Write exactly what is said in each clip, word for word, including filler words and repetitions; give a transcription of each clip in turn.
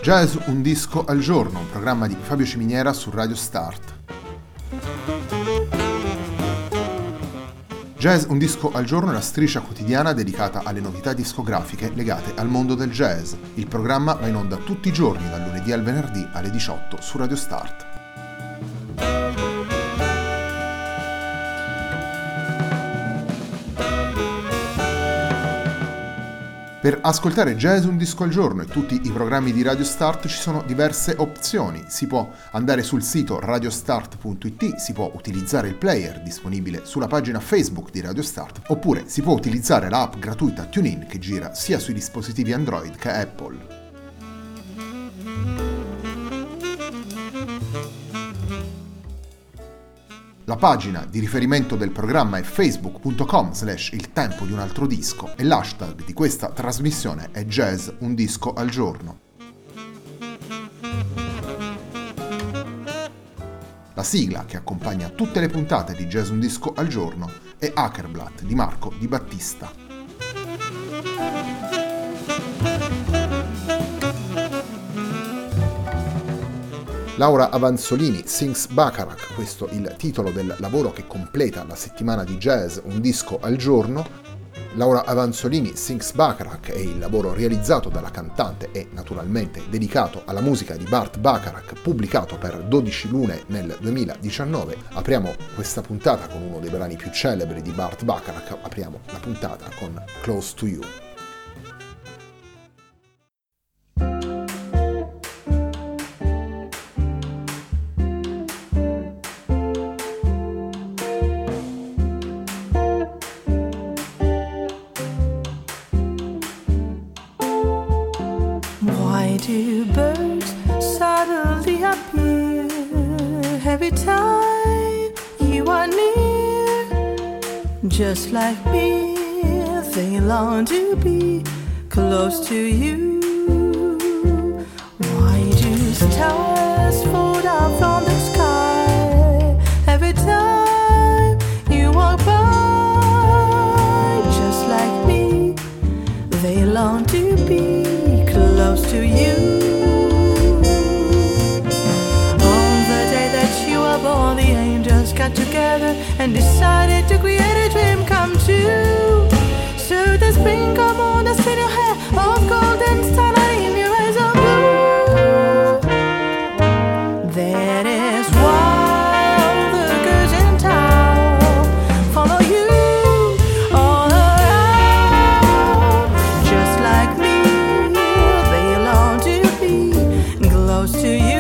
Jazz un disco al giorno, un programma di Fabio Ciminiera su Radio Start. Jazz un disco al giorno è la striscia quotidiana dedicata alle novità discografiche legate al mondo del jazz. Il programma va in onda tutti i giorni, dal lunedì al venerdì alle diciotto su Radio Start. Per ascoltare Jazz un disco al giorno e tutti i programmi di Radio Start ci sono diverse opzioni. Si può andare sul sito radiostart punto it, si può utilizzare il player disponibile sulla pagina Facebook di Radio Start, oppure si può utilizzare l'app gratuita TuneIn che gira sia sui dispositivi Android che Apple. La pagina di riferimento del programma è facebook punto com slash il tempo di un altro disco e l'hashtag di questa trasmissione è Jazz un disco al giorno. La sigla che accompagna tutte le puntate di Jazz un disco al giorno è Akerblatt di Marco Di Battista. Laura Avanzolini Sings Bacharach, questo il titolo del lavoro che completa la settimana di Jazz un disco al giorno. Laura Avanzolini Sings Bacharach è il lavoro realizzato dalla cantante e naturalmente dedicato alla musica di Burt Bacharach, pubblicato per dodici lune nel duemiladiciannove. Apriamo questa puntata con uno dei brani più celebri di Burt Bacharach, apriamo la puntata con Close to You. Do birds suddenly appear every time you are near? Just like me, they long to be close to you. Why do stars fall down from the sky every time you walk by? Just like me, they long to be close to you. On the day that you were born, the angels got together and decided to create a dream come true. So the spring come on, the in your hair of golden starlight in your eyes of blue. That is why all the girls in town follow you all around. Just like me, close to you.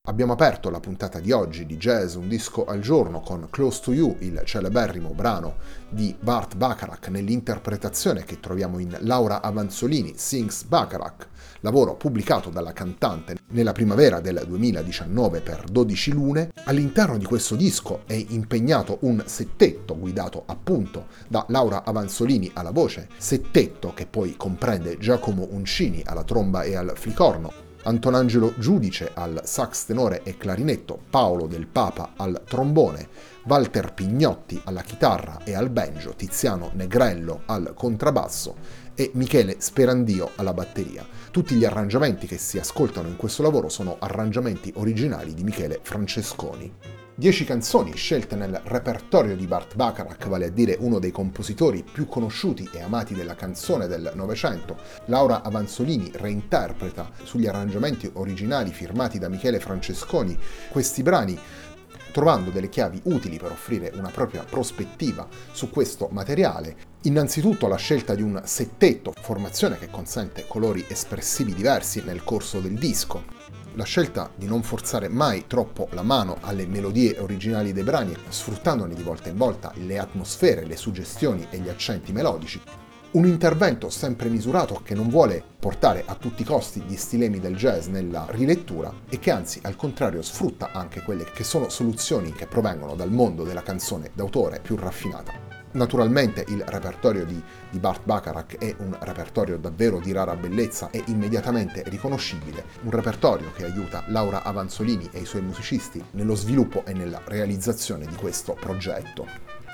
Abbiamo aperto la puntata di oggi di Jazz Un Disco al Giorno con Close to You, il celeberrimo brano di Burt Bacharach nell'interpretazione che troviamo in Laura Avanzolini Sings Bacharach, lavoro pubblicato dalla cantante nella primavera del duemiladiciannove per dodici lune. All'interno di questo disco è impegnato un settetto guidato appunto da Laura Avanzolini alla voce, settetto che poi comprende Giacomo Uncini alla tromba e al flicorno, Antonangelo Giudice al sax tenore e clarinetto, Paolo Del Papa al trombone, Walter Pignotti alla chitarra e al banjo, Tiziano Negrello al contrabbasso e Michele Sperandio alla batteria. Tutti gli arrangiamenti che si ascoltano in questo lavoro sono arrangiamenti originali di Michele Francesconi. Dieci canzoni scelte nel repertorio di Burt Bacharach, vale a dire uno dei compositori più conosciuti e amati della canzone del Novecento. Laura Avanzolini reinterpreta sugli arrangiamenti originali firmati da Michele Francesconi questi brani, trovando delle chiavi utili per offrire una propria prospettiva su questo materiale. Innanzitutto la scelta di un settetto, formazione che consente colori espressivi diversi nel corso del disco. La scelta di non forzare mai troppo la mano alle melodie originali dei brani, sfruttandone di volta in volta le atmosfere, le suggestioni e gli accenti melodici. Un intervento sempre misurato che non vuole portare a tutti i costi gli stilemi del jazz nella rilettura e che anzi al contrario sfrutta anche quelle che sono soluzioni che provengono dal mondo della canzone d'autore più raffinata. Naturalmente il repertorio di, di Burt Bacharach è un repertorio davvero di rara bellezza e immediatamente riconoscibile, un repertorio che aiuta Laura Avanzolini e i suoi musicisti nello sviluppo e nella realizzazione di questo progetto.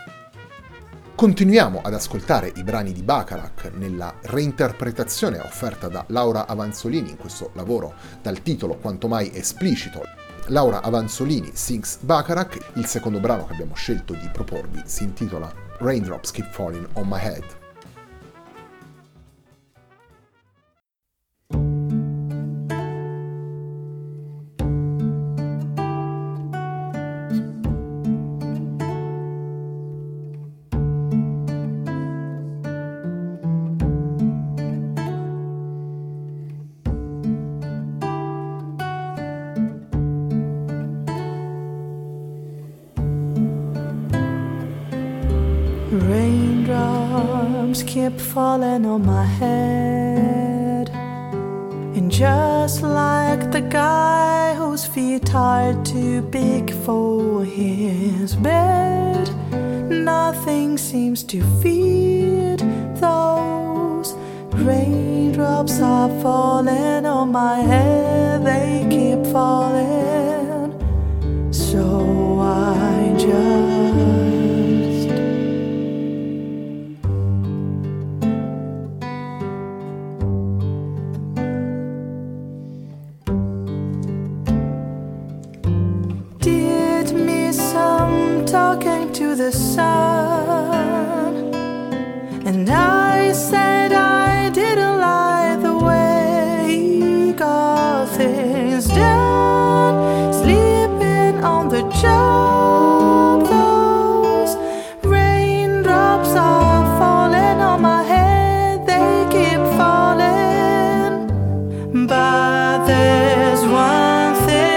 Continuiamo ad ascoltare i brani di Bacharach nella reinterpretazione offerta da Laura Avanzolini in questo lavoro dal titolo quanto mai esplicito. Laura Avanzolini Sings Bacharach. Il secondo brano che abbiamo scelto di proporvi si intitola Raindrops Keep Falling on My Head. Raindrops keep falling on my head, and just like the guy whose feet are too big for his bed, nothing seems to feed those raindrops are falling on my head, they keep falling, so I just talking to the sun, and I said I didn't like the way he got things done, sleeping on the job. Those raindrops are falling on my head, they keep falling, but there's one thing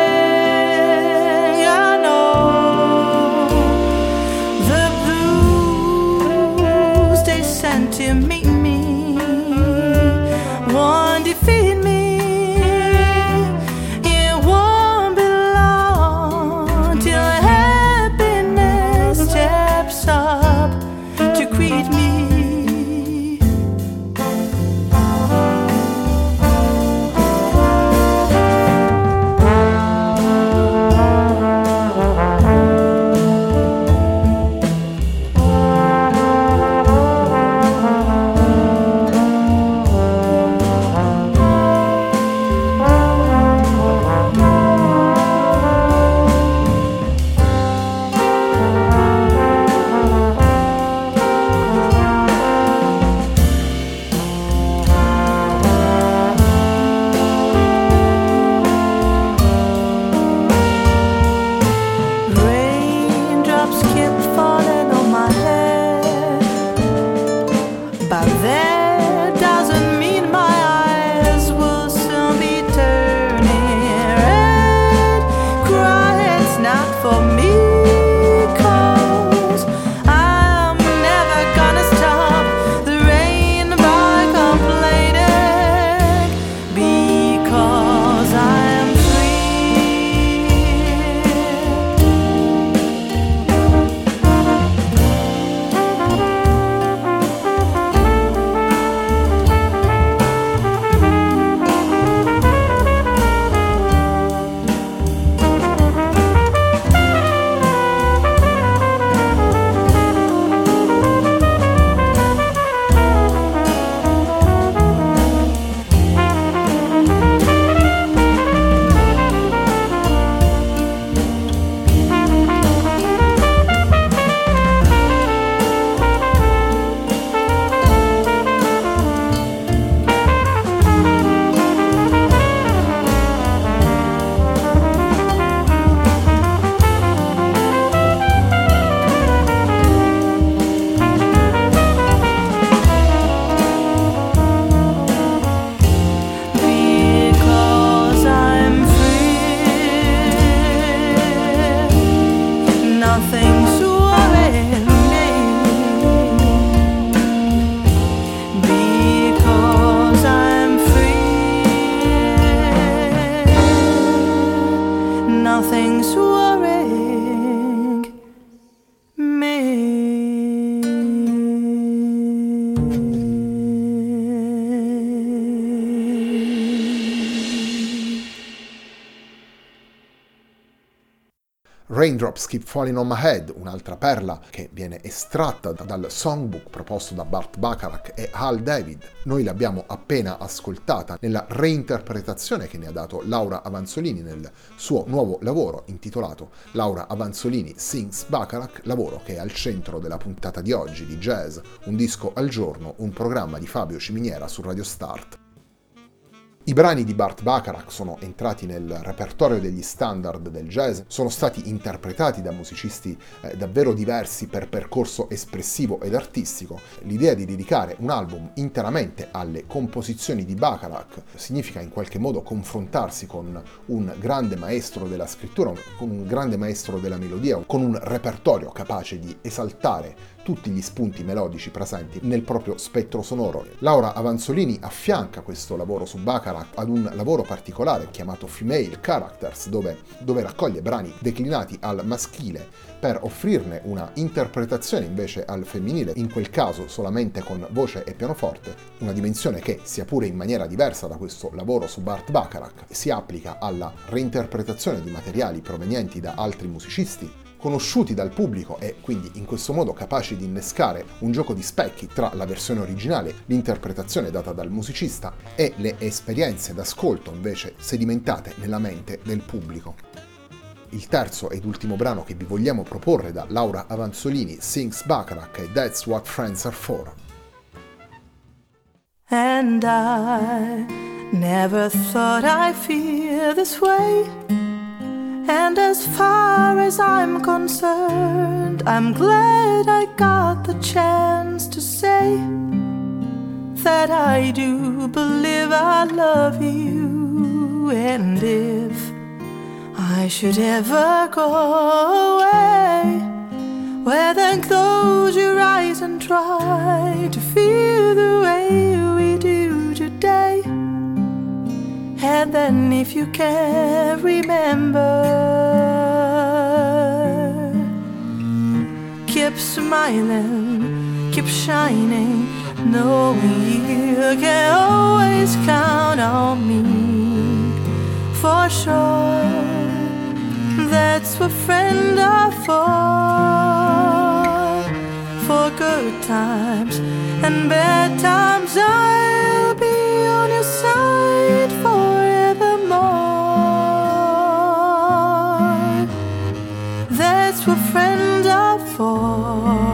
to meet me, won't defeat me. It won't be long till happiness steps up to greet me. Raindrops Keep Falling on My Head, un'altra perla che viene estratta dal songbook proposto da Burt Bacharach e Hal David. Noi l'abbiamo appena ascoltata nella reinterpretazione che ne ha dato Laura Avanzolini nel suo nuovo lavoro intitolato Laura Avanzolini Sings Bacharach, lavoro che è al centro della puntata di oggi di Jazz, un disco al giorno, un programma di Fabio Ciminiera su Radio Start. I brani di Burt Bacharach sono entrati nel repertorio degli standard del jazz, sono stati interpretati da musicisti eh, davvero diversi per percorso espressivo ed artistico. L'idea di dedicare un album interamente alle composizioni di Bacharach significa in qualche modo confrontarsi con un grande maestro della scrittura, con un grande maestro della melodia, con un repertorio capace di esaltare tutti gli spunti melodici presenti nel proprio spettro sonoro. Laura Avanzolini affianca questo lavoro su Bacharach ad un lavoro particolare chiamato Female Characters, dove, dove raccoglie brani declinati al maschile per offrirne una interpretazione invece al femminile, in quel caso solamente con voce e pianoforte, una dimensione che, sia pure in maniera diversa da questo lavoro su Burt Bacharach, si applica alla reinterpretazione di materiali provenienti da altri musicisti conosciuti dal pubblico e quindi in questo modo capaci di innescare un gioco di specchi tra la versione originale, l'interpretazione data dal musicista e le esperienze d'ascolto invece sedimentate nella mente del pubblico. Il terzo ed ultimo brano che vi vogliamo proporre da Laura Avanzolini Sings Bacharach è That's What Friends Are For. And I never thought I'd feel this way. And as far as I'm concerned, I'm glad I got the chance to say that I do believe I love you. And if I should ever go away, well then close your eyes and try to feel the way we do today. And then if you can remember, keep smiling, keep shining, knowing you can always count on me. For sure, that's what friends are for. For good times and bad times, I'll be on your side forevermore. That's what friends are for.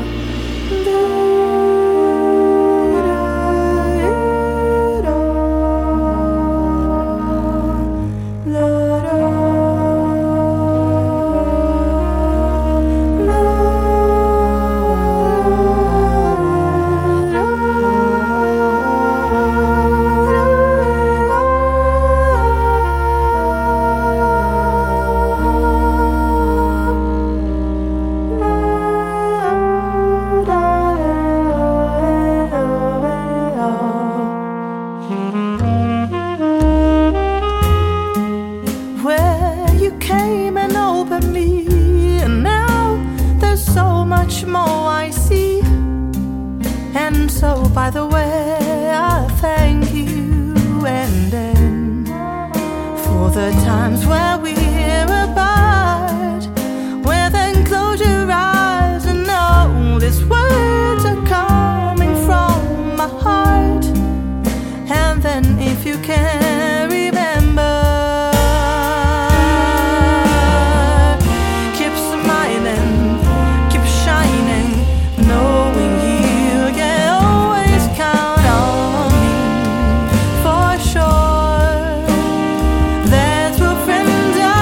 So by the way, I thank you, and then for the times where we're apart, well then close your eyes and know these words are coming from my heart. And then if you can remember, keep smiling, keep shining, knowing you can always count on me. For sure, that's what friends are.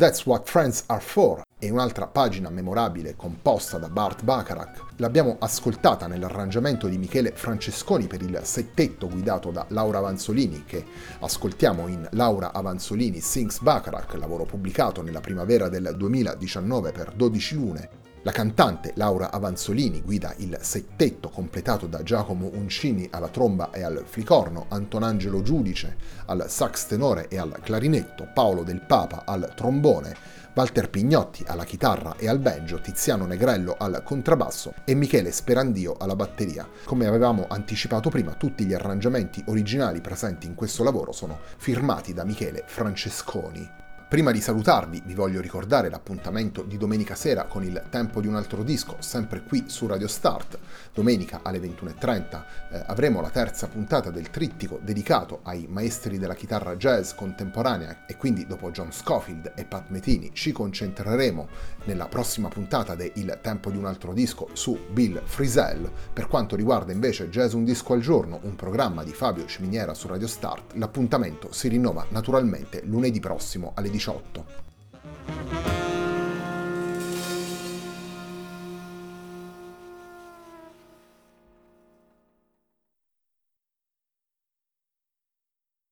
That's What Friends Are For e un'altra pagina memorabile composta da Burt Bacharach l'abbiamo ascoltata nell'arrangiamento di Michele Francesconi per il settetto guidato da Laura Avanzolini, che ascoltiamo in Laura Avanzolini Sings Bacharach, lavoro pubblicato nella primavera del duemiladiciannove per dodici lune. La cantante Laura Avanzolini guida il settetto completato da Giacomo Uncini alla tromba e al flicorno, Antonangelo Giudice al sax tenore e al clarinetto, Paolo Del Papa al trombone, Walter Pignotti alla chitarra e al banjo, Tiziano Negrello al contrabbasso e Michele Sperandio alla batteria. Come avevamo anticipato prima, tutti gli arrangiamenti originali presenti in questo lavoro sono firmati da Michele Francesconi. Prima di salutarvi vi voglio ricordare l'appuntamento di domenica sera con il tempo di un altro disco, sempre qui su Radio Start. Domenica alle ventuno e trenta eh, avremo la terza puntata del trittico dedicato ai maestri della chitarra jazz contemporanea e quindi dopo John Scofield e Pat Metheny ci concentreremo nella prossima puntata de Il tempo di un altro disco su Bill Frisell. Per quanto riguarda invece Jazz un disco al giorno, un programma di Fabio Ciminiera su Radio Start, l'appuntamento si rinnova naturalmente lunedì prossimo alle diciotto.